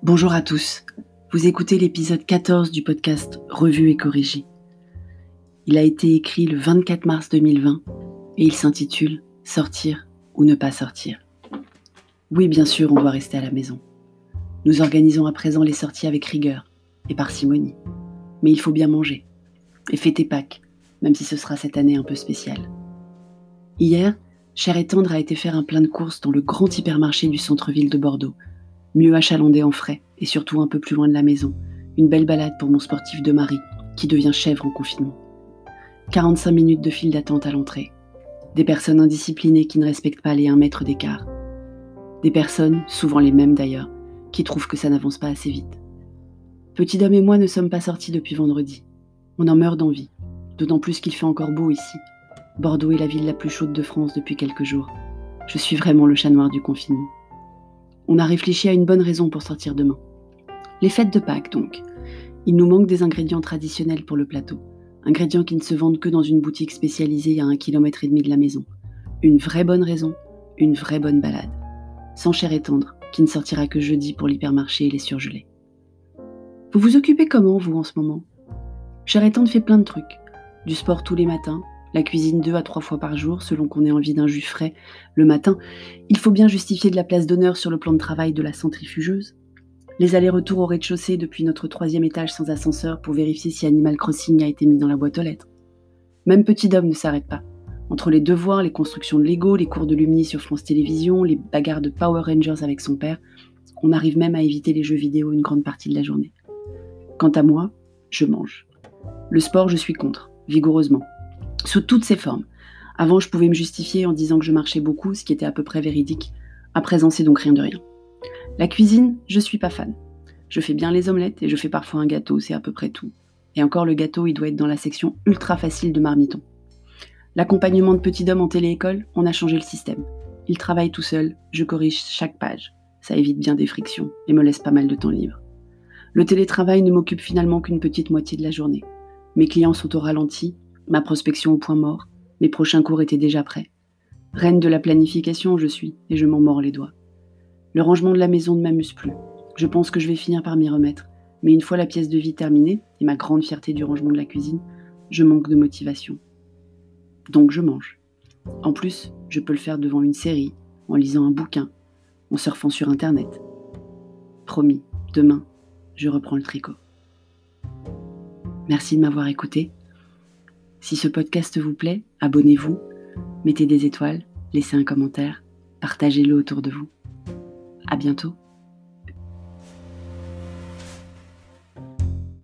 Bonjour à tous, vous écoutez l'épisode 14 du podcast Revu et corrigé. Il a été écrit le 24 mars 2020 et il s'intitule « Sortir ou ne pas sortir ». Oui, bien sûr, on doit rester à la maison. Nous organisons à présent les sorties avec rigueur et parcimonie. Mais il faut bien manger et fêter Pâques, même si ce sera cette année un peu spéciale. Hier, Cher et Tendre a été faire un plein de courses dans le grand hypermarché du centre-ville de Bordeaux. Mieux achalandé en frais et surtout un peu plus loin de la maison. Une belle balade pour mon sportif de mari qui devient chèvre en confinement. 45 minutes de file d'attente à l'entrée. Des personnes indisciplinées qui ne respectent pas les 1 mètre d'écart. Des personnes, souvent les mêmes d'ailleurs, qui trouvent que ça n'avance pas assez vite. Petit Dom et moi ne sommes pas sortis depuis vendredi. On en meurt d'envie, d'autant plus qu'il fait encore beau ici. Bordeaux est la ville la plus chaude de France depuis quelques jours. Je suis vraiment le chat noir du confinement. On a réfléchi à une bonne raison pour sortir demain. Les fêtes de Pâques donc. Il nous manque des ingrédients traditionnels pour le plateau. Ingrédients qui ne se vendent que dans une boutique spécialisée à 1,5 km de la maison. Une vraie bonne raison, une vraie bonne balade. Sans Cher et Tendre, qui ne sortira que jeudi pour l'hypermarché et les surgelés. Vous vous occupez comment, vous, en ce moment ? Cher et Tendre fait plein de trucs. Du sport tous les matins, la cuisine 2 à 3 fois par jour, selon qu'on ait envie d'un jus frais le matin. Il faut bien justifier de la place d'honneur sur le plan de travail de la centrifugeuse. Les allers-retours au rez-de-chaussée depuis notre 3e étage sans ascenseur pour vérifier si Animal Crossing a été mis dans la boîte aux lettres. Même Petit Dom ne s'arrête pas. Entre les devoirs, les constructions de Lego, les cours de Lumni sur France Télévisions, les bagarres de Power Rangers avec son père, on arrive même à éviter les jeux vidéo une grande partie de la journée. Quant à moi, je mange. Le sport, je suis contre, vigoureusement. Sous toutes ses formes. Avant, je pouvais me justifier en disant que je marchais beaucoup, ce qui était à peu près véridique. À présent, c'est donc rien de rien. La cuisine, je suis pas fan. Je fais bien les omelettes et je fais parfois un gâteau, c'est à peu près tout. Et encore, le gâteau, il doit être dans la section ultra facile de Marmiton. L'accompagnement de Petit Dom en télé-école, on a changé le système. Il travaille tout seul, je corrige chaque page. Ça évite bien des frictions et me laisse pas mal de temps libre. Le télétravail ne m'occupe finalement qu'une petite moitié de la journée. Mes clients sont au ralenti, ma prospection au point mort, mes prochains cours étaient déjà prêts. Reine de la planification, je suis, et je m'en mords les doigts. Le rangement de la maison ne m'amuse plus. Je pense que je vais finir par m'y remettre. Mais une fois la pièce de vie terminée, et ma grande fierté du rangement de la cuisine, je manque de motivation. Donc je mange. En plus, je peux le faire devant une série, en lisant un bouquin, en surfant sur Internet. Promis, demain, je reprends le tricot. Merci de m'avoir écouté. Si ce podcast vous plaît, abonnez-vous, mettez des étoiles, laissez un commentaire, partagez-le autour de vous. À bientôt.